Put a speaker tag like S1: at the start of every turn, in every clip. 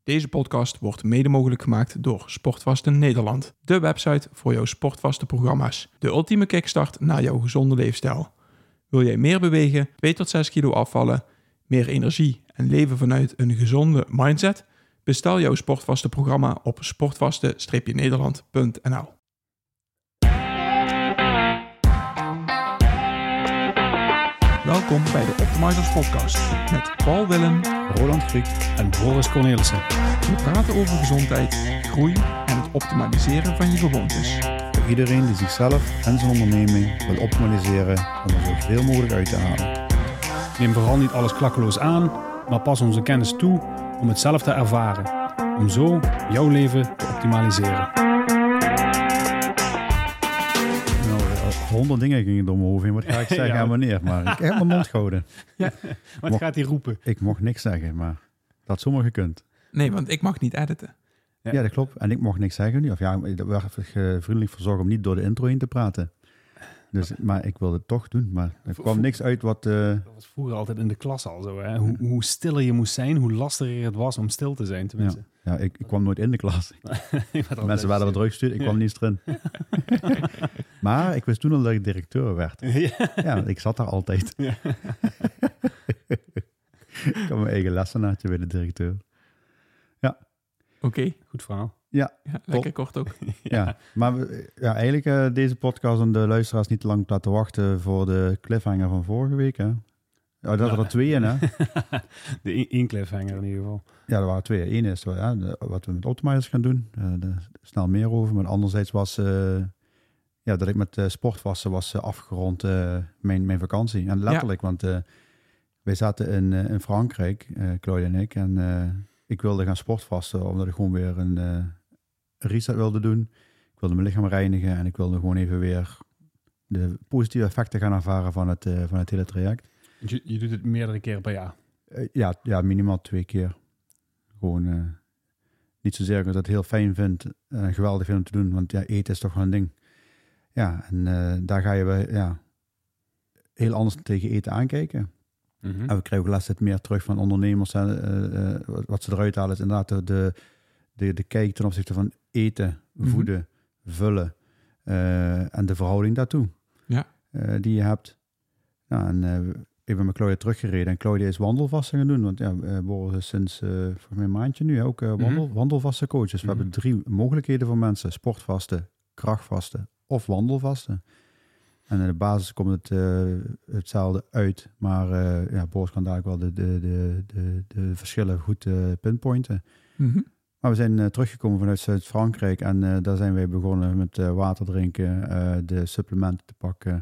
S1: Deze podcast wordt mede mogelijk gemaakt door Sportvasten Nederland. De website voor jouw sportvaste programma's. De ultieme kickstart naar jouw gezonde leefstijl. Wil jij meer bewegen, 2 tot 6 kilo afvallen, meer energie en leven vanuit een gezonde mindset? Bestel jouw Sportvasten programma op sportvasten-nederland.nl. Welkom bij de Optimizers Podcast met Paul Willem,
S2: Roland Griek en Boris Cornelissen.
S1: We praten over gezondheid, groei en het optimaliseren van je gewoontes.
S2: Voor iedereen die zichzelf en zijn onderneming wil optimaliseren om er zoveel mogelijk uit te halen. Neem vooral niet alles klakkeloos aan, maar pas onze kennis toe om het zelf te ervaren. Om zo jouw leven te optimaliseren. 100 dingen gingen door mijn hoofd heen. Wat ga ik zeggen aan wanneer? Maar ik heb mijn mond gehouden.
S3: Ja, wat gaat hij roepen?
S2: Ik mocht niks zeggen, maar dat had zomaar gekund.
S1: Nee, want ik mag niet editen.
S2: Ja, dat klopt. En ik mocht niks zeggen nu. Of ja, ik werd vriendelijk verzorgd om niet door de intro heen te praten. Dus, maar ik wilde het toch doen. Maar er kwam niks uit wat...
S3: Dat was vroeger altijd in de klas al zo. Hè? Hoe stiller je moest zijn, hoe lastiger het was om stil te zijn. Tenminste.
S2: Ja, ik kwam nooit in de klas. Mensen werden wat teruggestuurd. Ik kwam niet eens erin. Maar ik wist toen al dat ik directeur werd. Ja, ik zat daar altijd. Ja. Ik had mijn eigen lessenaartje bij de directeur. Ja.
S1: Oké.
S3: Goed verhaal.
S2: Ja,
S1: lekker kort ook.
S2: Ja, maar eigenlijk deze podcast om de luisteraars niet te lang te laten wachten voor de cliffhanger van vorige week. Hè? Oh, dat er 2 in, hè?
S3: De één cliffhanger in ieder geval.
S2: Ja, er waren 2. Eén is wat we met Optimizers gaan doen. Daar snel meer over. Maar anderzijds was dat ik met sportvasten was afgerond mijn vakantie. En letterlijk, want wij zaten in Frankrijk, Claudia en ik. En ik wilde gaan sportvasten, omdat ik gewoon weer een reset wilde doen. Ik wilde mijn lichaam reinigen en ik wilde gewoon even weer de positieve effecten gaan ervaren van het hele traject.
S3: Je doet het meerdere keren per jaar?
S2: Ja, minimaal 2 keer. Gewoon niet zozeer dat ik het heel fijn vind en geweldig vind om te doen, want ja, eten is toch wel een ding. Ja, en daar ga je heel anders tegen eten aankijken. Mm-hmm. En we krijgen ook laatst meer terug van ondernemers. Wat ze eruit halen is inderdaad de kijk ten opzichte van eten, voeden, vullen en de verhouding daartoe die je hebt. Nou, en ik ben met Claudia teruggereden en Claudia is wandelvasten gaan doen. Want ja, Boris is sinds volgens mij een maandje nu ook wandelvasten coach. Dus we hebben 3 mogelijkheden voor mensen. Sportvasten, krachtvasten of wandelvasten. En in de basis komt het hetzelfde uit. Maar Boris kan daar ook wel de verschillen goed pinpointen. Mm-hmm. Maar we zijn teruggekomen vanuit Zuid-Frankrijk. En daar zijn wij begonnen met water drinken, de supplementen te pakken.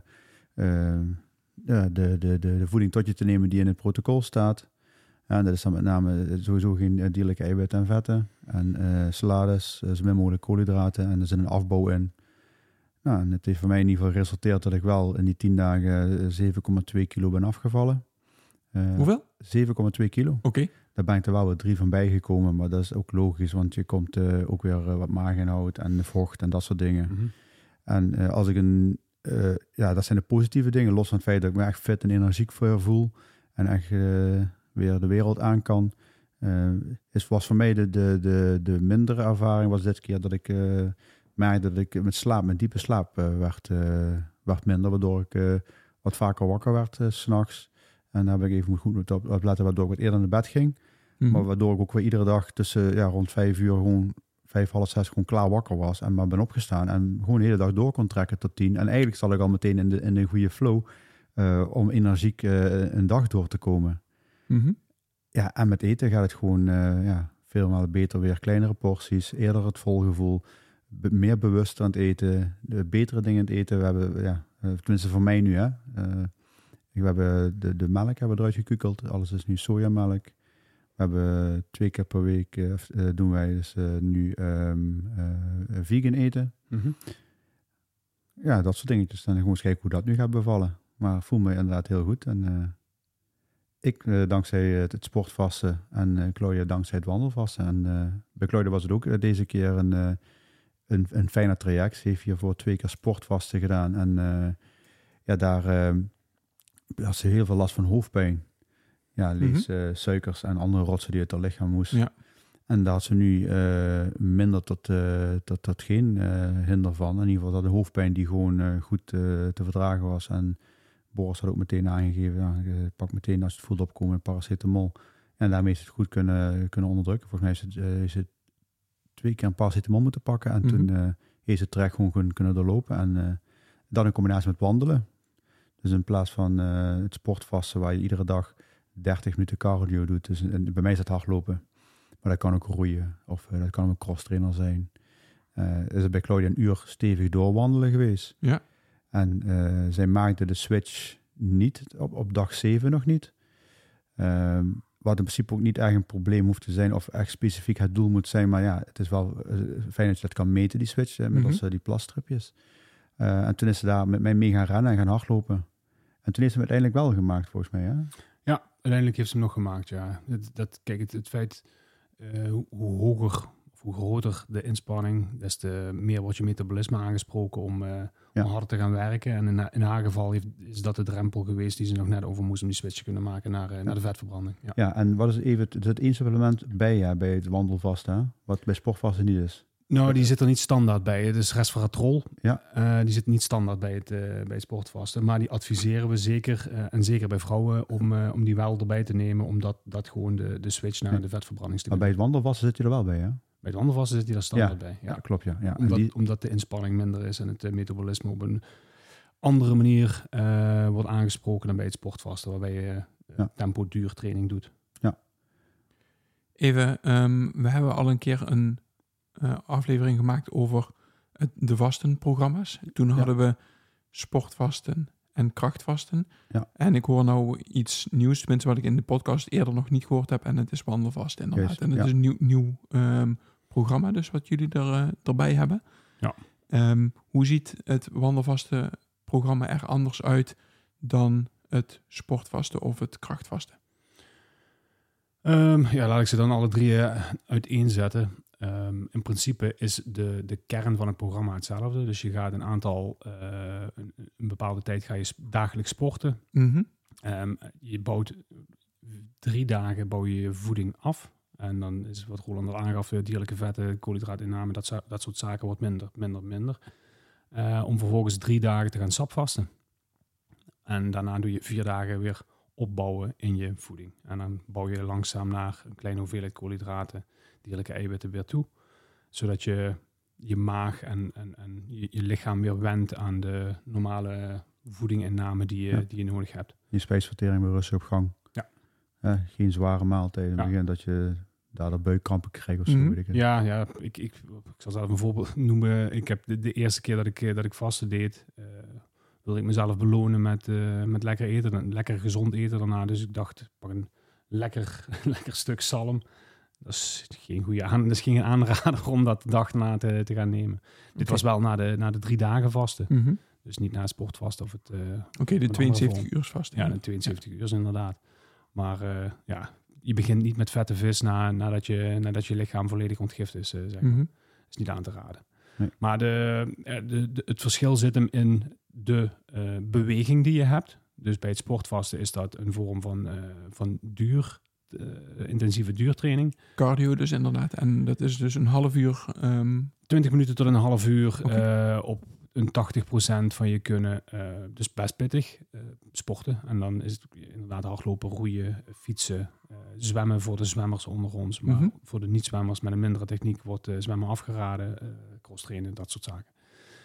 S2: De voeding tot je te nemen die in het protocol staat. En dat is dan met name sowieso geen dierlijke eiwitten en vetten. En salades, zo min mogelijk koolhydraten. En er zit een afbouw in. Nou, en het heeft voor mij in ieder geval geresulteerd dat ik wel in die 10 dagen 7,2 kilo ben afgevallen.
S1: Hoeveel?
S2: 7,2 kilo.
S1: Oké. Daar
S2: ben ik er wel weer 3 van bijgekomen, maar dat is ook logisch, want je komt ook weer wat maaginhoud en vocht en dat soort dingen. Mm-hmm. En als ik dat zijn de positieve dingen, los van het feit dat ik me echt fit en energiek voel en echt weer de wereld aan kan. Was voor mij de mindere ervaring was dit keer dat ik merkte dat ik met diepe slaap werd minder, waardoor ik wat vaker wakker werd 's nachts. En daar heb ik even goed op letten, waardoor ik wat eerder naar bed ging. Mm-hmm. Maar waardoor ik ook weer iedere dag tussen rond 5 uur gewoon 5, half 6 gewoon klaar wakker was. En maar ben opgestaan en gewoon de hele dag door kon trekken tot 10. En eigenlijk zat ik al meteen in de goede flow om energiek een dag door te komen. Mm-hmm. Ja, en met eten gaat het gewoon veel maar beter weer. Kleinere porties, eerder het volgevoel. Meer bewust aan het eten, de betere dingen aan het eten. We hebben, tenminste voor mij nu, hè. We hebben de melk hebben we eruit gekukeld. Alles is nu sojamelk. We hebben 2 keer per week doen wij dus nu vegan eten. Mm-hmm. Ja, dat soort dingetjes. Dan gewoon eens kijken hoe dat nu gaat bevallen. Maar voel me inderdaad heel goed. En ik dankzij het sportvasten en Claudia dankzij het wandelvasten. En bij Claudia was het ook deze keer een fijner traject. Ze heeft hiervoor 2 keer sportvasten gedaan. En daar had ze heel veel last van hoofdpijn. Ja, suikers en andere rotsen die uit haar lichaam moest. Ja. En daar had ze nu minder tot geen hinder van. In ieder geval dat de hoofdpijn die gewoon goed te verdragen was. En Boris had ook meteen aangegeven, pak meteen als het voelt opkomen paracetamol. En daarmee is het goed kunnen onderdrukken. Volgens mij is het 2 keer een paracetamol moeten pakken. En toen heeft het traject gewoon kunnen doorlopen. En dan in combinatie met wandelen. Dus in plaats van het sportvasten waar je iedere dag 30 minuten cardio doet. Dus bij mij is het hardlopen. Maar dat kan ook roeien. Of dat kan ook een crosstrainer zijn. Is het bij Claudia een uur stevig doorwandelen geweest.
S1: Ja.
S2: En zij maakte de switch niet op dag 7 nog niet. Wat in principe ook niet echt een probleem hoeft te zijn. Of echt specifiek het doel moet zijn. Maar ja, het is wel fijn dat je dat kan meten, die switch. Middels die plasstripjes. En toen is ze daar met mij mee gaan rennen en gaan hardlopen. En toen heeft ze hem uiteindelijk wel gemaakt, volgens mij. Hè?
S3: Ja, uiteindelijk heeft ze hem nog gemaakt, ja. Kijk, het feit, hoe hoger of hoe groter de inspanning, des te meer wordt je metabolisme aangesproken om harder te gaan werken. En in haar geval is dat de drempel geweest die ze nog net over moest om die switch te kunnen maken naar de vetverbranding. Ja,
S2: en wat is even het één supplement bij het wandelvasten, wat bij sportvasten niet is?
S3: Nou, die zit er niet standaard bij. Het is resveratrol.
S2: Ja.
S3: Die zit niet standaard bij het sportvasten. Maar die adviseren we zeker, en zeker bij vrouwen, om die wel erbij te nemen. Omdat dat gewoon de switch naar de vetverbranding is.
S2: Maar bij het wandelvasten zit je er wel bij, hè?
S3: Bij het wandelvasten zit hij daar standaard bij. Ja,
S2: klopt, ja.
S3: Omdat de inspanning minder is en het metabolisme op een andere manier wordt aangesproken dan bij het sportvasten. Waarbij je tempo duurtraining doet.
S2: Ja.
S1: Even, we hebben al een keer een aflevering gemaakt over de vastenprogramma's. Toen hadden we sportvasten en krachtvasten.
S2: Ja.
S1: En ik hoor nou iets nieuws, tenminste wat ik in de podcast eerder nog niet gehoord heb. En het is wandelvasten inderdaad.
S2: Yes,
S1: en het is een nieuw programma dus wat jullie erbij hebben.
S3: Ja.
S1: Hoe ziet het wandelvasten programma er anders uit dan het sportvasten of het krachtvasten?
S3: Laat ik ze dan alle 3 uiteenzetten. In principe is de kern van het programma hetzelfde. Dus je gaat een bepaalde tijd ga je dagelijks sporten.
S1: Mm-hmm.
S3: Je bouwt 3 dagen bouw je voeding af. En dan is wat Roland al aangaf, dierlijke vetten, koolhydraatinname, dat soort zaken wordt minder. Om vervolgens 3 dagen te gaan sapvasten. En daarna doe je 4 dagen weer opbouwen in je voeding. En dan bouw je langzaam naar een kleine hoeveelheid koolhydraten, dierlijke eiwitten weer toe. Zodat je maag en je lichaam weer wendt aan de normale voedinginname die je nodig hebt.
S2: Je spijsvertering weer rustig op gang.
S3: Ja.
S2: Geen zware maaltijden. Ja. Dat je daardoor buikkrampen krijgt of zo.
S1: Mm-hmm.
S2: Weet ik.
S3: Ja, ik zal zelf een voorbeeld noemen. Ik heb de eerste keer dat ik vasten deed, wilde ik mezelf belonen met lekker eten, lekker gezond eten daarna. Dus ik dacht, pak een lekker stuk zalm. Dat is geen aanrader om dat de dag na te gaan nemen. Dit was wel na de 3 dagen vasten.
S1: Mm-hmm.
S3: Dus niet na het sportvasten of het...
S1: de 72 uur vasten.
S3: Ja, de 72 uur inderdaad. Maar je begint niet met vette vis nadat je lichaam volledig ontgift is, zeg maar.
S1: Mm-hmm.
S3: Dat is niet aan te raden.
S2: Nee.
S3: Maar het verschil zit hem in de beweging die je hebt. Dus bij het sportvasten is dat een vorm van intensieve duurtraining.
S1: Cardio dus inderdaad. En dat is dus een half uur...
S3: 20 minuten tot een half uur op een 80% van je kunnen. Dus best pittig. Sporten. En dan is het inderdaad hardlopen, roeien, fietsen, zwemmen voor de zwemmers onder ons. Maar voor de niet-zwemmers met een mindere techniek wordt zwemmen afgeraden. Crosstrainen, dat soort zaken.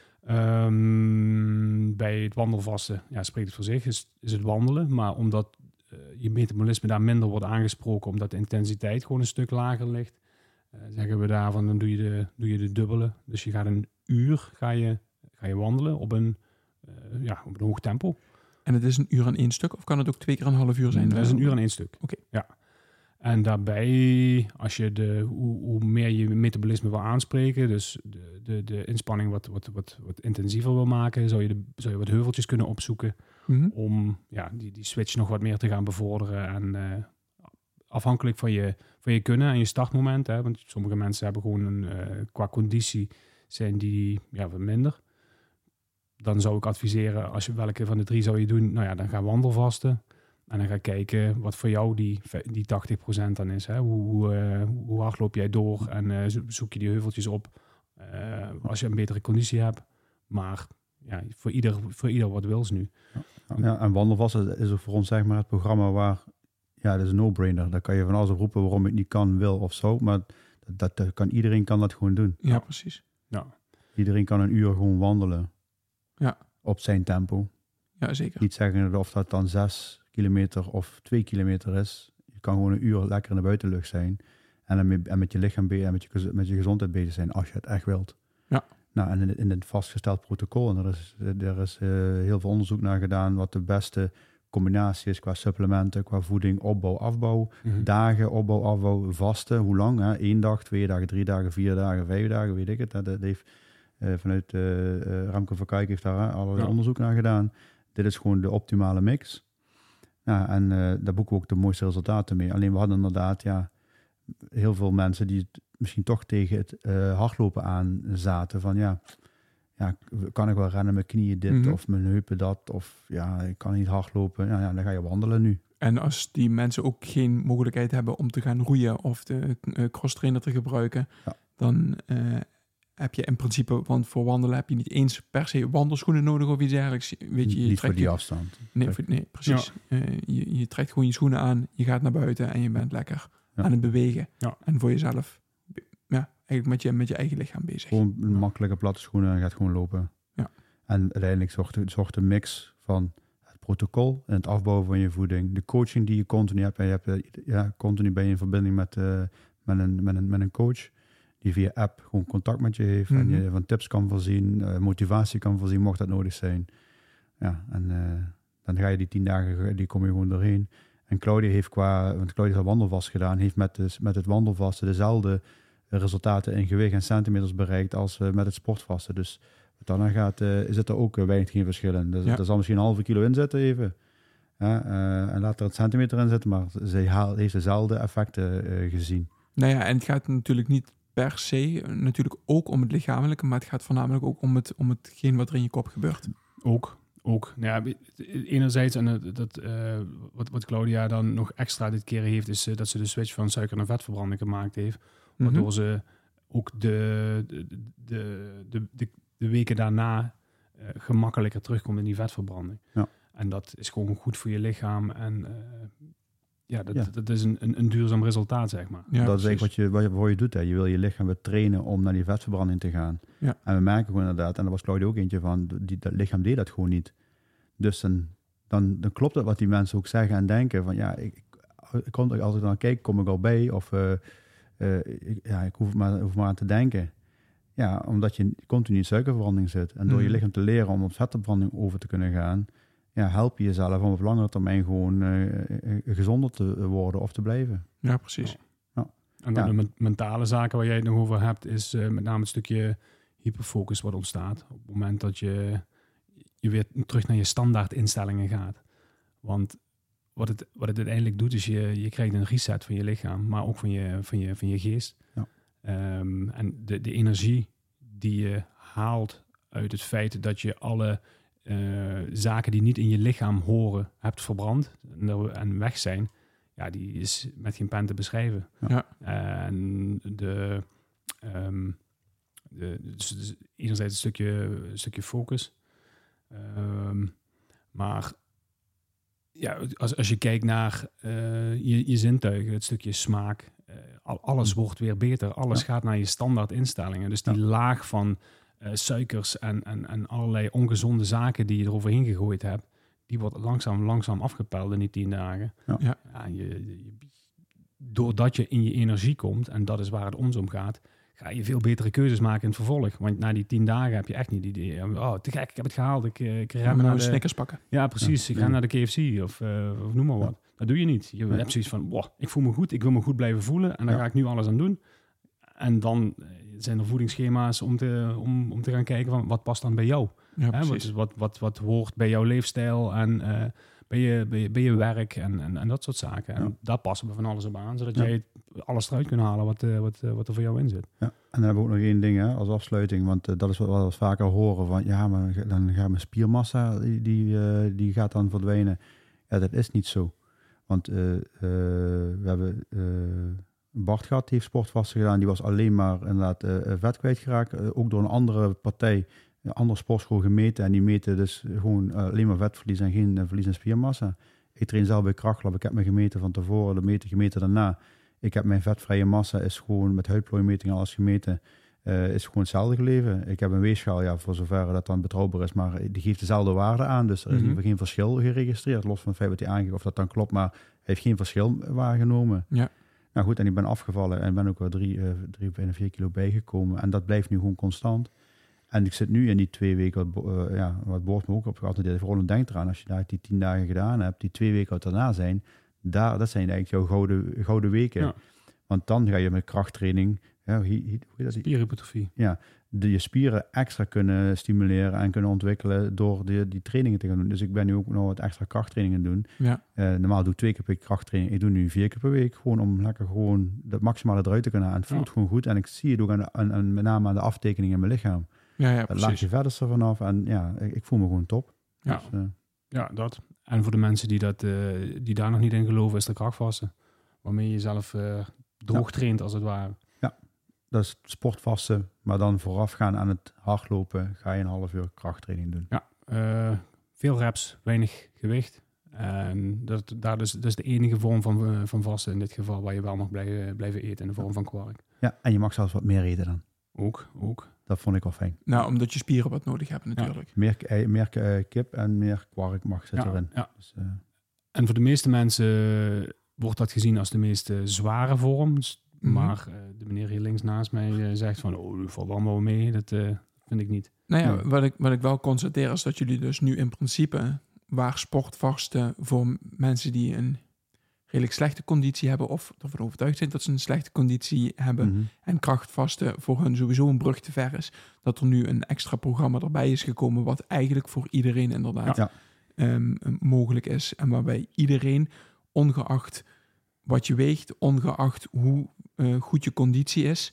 S3: Bij het wandelvasten, spreekt het voor zich, is het wandelen. Maar omdat je metabolisme daar minder wordt aangesproken, omdat de intensiteit gewoon een stuk lager ligt, zeggen we daarvan, dan doe je de dubbele. Dus je gaat een uur ga je wandelen op een hoog tempo.
S1: En het is een uur aan 1 stuk? Of kan het ook 2 keer een half uur zijn?
S3: Dat is een uur aan 1 stuk.
S1: Oké.
S3: Ja. En daarbij, als je hoe meer je metabolisme wil aanspreken, dus de inspanning wat intensiever wil maken, zou je wat heuveltjes kunnen opzoeken om die switch nog wat meer te gaan bevorderen. En afhankelijk van je kunnen en je startmoment, hè, want sommige mensen hebben gewoon qua conditie zijn die wat minder. Dan zou ik adviseren, welke van de 3 zou je doen, dan ga wandelvasten. En dan ga ik kijken wat voor jou die 80% dan is. Hè? Hoe hard loop jij door en zoek je die heuveltjes op als je een betere conditie hebt. Maar ja, voor ieder wat wils nu.
S2: Ja, en Wandelvasten is ook voor ons zeg maar het programma waar, ja, dat is een no-brainer. Daar kan je van alles op roepen waarom het niet kan, wil of zo. Maar iedereen kan dat gewoon doen.
S1: Ja, precies.
S3: Ja.
S2: Iedereen kan een uur gewoon wandelen.
S1: Ja.
S2: Op zijn tempo.
S1: Ja, zeker.
S2: Niet zeggen of dat dan 6 kilometer of 2 kilometer is. Je kan gewoon een uur lekker in de buitenlucht zijn. En met je lichaam en met je gezondheid bezig zijn als je het echt wilt.
S1: Ja.
S2: Nou, en in het vastgesteld protocol, en er is heel veel onderzoek naar gedaan wat de beste combinatie is qua supplementen, qua voeding, opbouw, afbouw, dagen, opbouw, afbouw, vasten, hoe lang? Hè? 1 dag, 2 dagen, 3 dagen, 4 dagen, 5 dagen, weet ik het. Dat heeft vanuit Remco Verkijk heeft daar allerlei onderzoek naar gedaan. Dit is gewoon de optimale mix. Ja, en daar boeken we ook de mooiste resultaten mee. Alleen we hadden inderdaad heel veel mensen die het misschien toch tegen het hardlopen aan zaten. Van ja, kan ik wel rennen, mijn knieën dit of mijn heupen dat. Of ja, ik kan niet hardlopen. Ja, dan ga je wandelen nu.
S1: En als die mensen ook geen mogelijkheid hebben om te gaan roeien of de crosstrainer te gebruiken, dan heb je in principe, want voor wandelen heb je niet eens per se wandelschoenen nodig of iets dergelijks. Weet je,
S2: niet voor die afstand.
S1: Nee, precies. Ja. Je trekt gewoon je schoenen aan, je gaat naar buiten en je bent lekker aan het bewegen. Ja. En voor jezelf, eigenlijk met je eigen lichaam bezig.
S2: Gewoon makkelijke platte schoenen en gaat gewoon lopen. Ja. En uiteindelijk zorgt de mix van het protocol en het afbouwen van je voeding, de coaching die je continu hebt. En je hebt continu ben je in verbinding met een coach die via app gewoon contact met je heeft en je van tips kan voorzien, motivatie kan voorzien, mocht dat nodig zijn. Ja, en dan ga je die 10 dagen, die kom je gewoon doorheen. En Claudia heeft want Claudia heeft wandelvast gedaan, heeft met het wandelvasten dezelfde resultaten in gewicht en centimeters bereikt als met het sportvasten. Dus wat dan gaat, zit er ook weinig geen verschil in. Dus er zal misschien een halve kilo in zitten even. En laat er een centimeter in zitten, maar zij heeft dezelfde effecten gezien.
S1: Nou ja, en het gaat natuurlijk niet per se, natuurlijk ook om het lichamelijke, maar het gaat voornamelijk ook om hetgeen wat er in je kop gebeurt.
S3: Ook. Nou ja, enerzijds, en wat Claudia dan nog extra dit keer heeft, is dat ze de switch van suiker- naar vetverbranding gemaakt heeft. Waardoor ze ook de weken daarna gemakkelijker terugkomt in die vetverbranding. Ja. En dat is gewoon goed voor je lichaam. En dat is een duurzaam resultaat, zeg maar.
S2: Ja, dat is eigenlijk wat je doet. Hè. Je wil je lichaam weer trainen om naar die vetverbranding te gaan. Ja. En we merken gewoon inderdaad, en daar was Claudia ook eentje van, dat lichaam deed dat gewoon niet. Dus dan klopt het wat die mensen ook zeggen en denken. Van ja, als ik dan kijk, kom ik al bij. Of ik hoef maar aan te denken. Ja, omdat je continu in suikerverbranding zit. En door je lichaam te leren om op vetverbranding over te kunnen gaan, help je jezelf om op langere termijn gewoon gezonder te worden of te blijven.
S1: Ja, precies.
S3: Ja. En dan de mentale zaken waar jij het nog over hebt, is met name het stukje hyperfocus wat ontstaat. Op het moment dat je weer terug naar je standaard instellingen gaat. Want wat het uiteindelijk doet, is je krijgt een reset van je lichaam, maar ook van je geest. Ja. En de energie die je haalt uit het feit dat je alle zaken die niet in je lichaam horen, hebt verbrand en weg zijn, ja, die is met geen pen te beschrijven. Ja. En dus enerzijds een stukje focus. Maar ja, als je kijkt naar je zintuigen, het stukje smaak, alles wordt weer beter. Alles gaat naar je standaard instellingen. Dus die laag van suikers en allerlei ongezonde zaken die je eroverheen gegooid hebt, die wordt langzaam afgepeld in die 10 dagen. Ja. Doordat je in je energie komt, en dat is waar het ons om gaat, ga je veel betere keuzes maken in het vervolg. Want na die 10 dagen heb je echt niet die idee. Oh, te gek, ik heb het gehaald. Ik ga
S1: naar de Snickers pakken.
S3: Ja, precies. Ik ga naar de KFC of noem maar wat. Dat doe je niet. Je hebt zoiets van, wow, ik voel me goed. Ik wil me goed blijven voelen. En daar ga ik nu alles aan doen. En dan zijn er voedingsschema's om te gaan kijken van, wat past dan bij jou?
S1: Ja,
S3: wat hoort bij jouw leefstijl en bij je werk en dat soort zaken. En daar passen we van alles op aan, zodat jij alles eruit kunt halen wat er voor jou in zit.
S2: Ja. En dan hebben we ook nog één ding als afsluiting, want dat is wat we vaker horen van, ja, maar dan gaat mijn spiermassa, die gaat dan verdwijnen. Ja, dat is niet zo. Want we hebben Bart gehad, die heeft sportvasten gedaan. Die was alleen maar inderdaad vet kwijtgeraakt. Ook door een andere partij, een andere sportschool gemeten. En die meten dus gewoon alleen maar vetverlies en geen verlies in spiermassa. Ik train zelf bij Krachtlab. Ik heb me gemeten van tevoren, de gemeten daarna. Ik heb mijn vetvrije massa, is gewoon met huidplooimetingen alles gemeten. Is gewoon hetzelfde gebleven. Ik heb een weegschaal, voor zover dat dan betrouwbaar is, maar die geeft dezelfde waarde aan. Dus er is liever geen verschil geregistreerd, los van het feit dat hij aangeeft of dat dan klopt, maar hij heeft geen verschil waargenomen.
S1: Ja.
S2: Nou goed, en ik ben afgevallen en ben ook wel 3, 4 kilo bijgekomen. En dat blijft nu gewoon constant. En ik zit nu in die 2 weken, wat Boort me ook op gehad, vooral denkt eraan, als je daar die 10 dagen gedaan hebt, die 2 weken daarna zijn, dat zijn eigenlijk jouw gouden weken. Ja. Want dan ga je met krachttraining,
S3: spierhypertrofie.
S2: Ja, je spieren extra kunnen stimuleren en kunnen ontwikkelen door die trainingen te gaan doen. Dus ik ben nu ook nog wat extra krachttrainingen doen. Ja. Normaal doe ik 2 keer per week krachttraining. Ik doe nu 4 keer per week, gewoon om lekker gewoon het maximale eruit te kunnen halen. Het voelt gewoon goed en ik zie het ook aan met name aan de aftekeningen in mijn lichaam.
S1: Ja,
S2: dat laat je verder ervan af en ik voel me gewoon top.
S3: Ja, dus, dat. En voor de mensen die daar nog niet in geloven, is de krachtvasten. Waarmee je jezelf droog traint, als het ware.
S2: Ja, dat is sportvasten, maar dan voorafgaan aan het hardlopen ga je een half uur krachttraining doen.
S3: Ja, veel reps, weinig gewicht. En dat is de enige vorm van vasten in dit geval, waar je wel mag blijven eten in de vorm van kwark.
S2: Ja, en je mag zelfs wat meer eten dan.
S3: Ook.
S2: Dat vond ik wel fijn.
S1: Nou, omdat je spieren wat nodig hebben natuurlijk.
S2: Ja, meer kip en meer kwark mag erin.
S3: Ja.
S2: Dus,
S3: en voor de meeste mensen wordt dat gezien als de meest zware vorm. Maar de meneer hier links naast mij zegt van, dat valt allemaal mee. Dat vind ik niet.
S1: Nou ja, wat ik wel constateer is dat jullie dus nu in principe waar sportvasten voor mensen die een redelijk slechte conditie hebben of ervan overtuigd zijn dat ze een slechte conditie hebben en krachtvasten voor hun sowieso een brug te ver is, dat er nu een extra programma erbij is gekomen wat eigenlijk voor iedereen inderdaad mogelijk is en waarbij iedereen, ongeacht wat je weegt, ongeacht hoe goed je conditie is,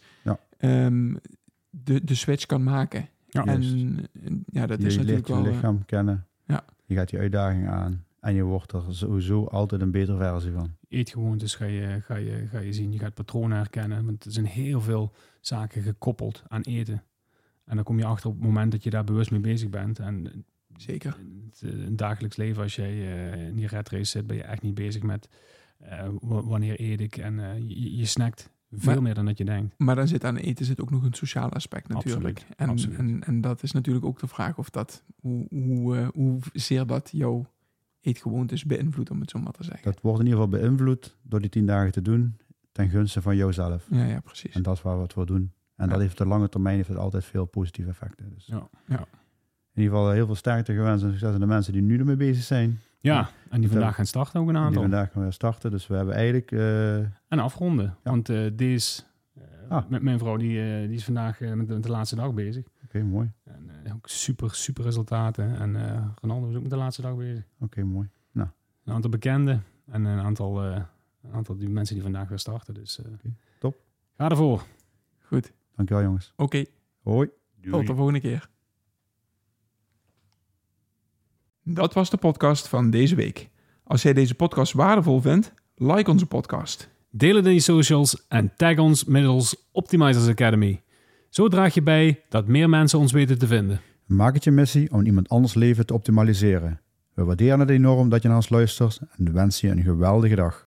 S1: de switch kan maken. Ja, dat is natuurlijk wel...
S2: Je lichaam kennen,
S1: ja.
S2: Je gaat die uitdaging aan en je wordt er sowieso altijd een betere versie van.
S3: Eetgewoontes ga je zien, je gaat patronen herkennen, want er zijn heel veel zaken gekoppeld aan eten. En dan kom je achter op het moment dat je daar bewust mee bezig bent. En
S1: zeker.
S3: In het dagelijks leven, als jij in die red race zit, ben je echt niet bezig met wanneer eet ik. En je snackt veel meer dan dat je denkt.
S1: Maar dan zit aan eten ook nog een sociaal aspect natuurlijk.
S3: Absoluut.
S1: En dat is natuurlijk ook de vraag of dat, hoe zeer dat jouw eetgewoontes beïnvloedt, om het zo maar te zeggen.
S2: Dat wordt in ieder geval beïnvloed door die 10 dagen te doen ten gunste van jouzelf.
S1: Ja, precies.
S2: En dat is waar we het voor doen. En dat heeft op de lange termijn heeft het altijd veel positieve effecten. Dus
S3: ja.
S2: In ieder geval heel veel sterkte gewenst en succes aan de mensen die nu ermee bezig zijn.
S3: Ja, en die vandaag gaan starten ook een aantal.
S2: Die vandaag gaan starten, dus we hebben eigenlijk...
S3: En afronden, want deze... Met mijn vrouw, die is vandaag met de laatste dag bezig.
S2: Oké, mooi.
S3: En ook super resultaten. En Ronaldo is ook met de laatste dag bezig.
S2: Oké, mooi. Nou.
S3: Een aantal bekenden en een aantal die mensen die vandaag weer starten. Dus
S2: top.
S3: Ga ervoor.
S1: Goed.
S2: Dankjewel, jongens.
S1: Oké.
S2: Hoi.
S1: Tot de volgende keer. Dat was de podcast van deze week. Als jij deze podcast waardevol vindt, like onze podcast.
S3: Deel het in je socials en tag ons middels Optimizers Academy. Zo draag je bij dat meer mensen ons weten te vinden.
S2: Maak het je missie om iemand anders leven te optimaliseren. We waarderen het enorm dat je naar ons luistert en wensen je een geweldige dag.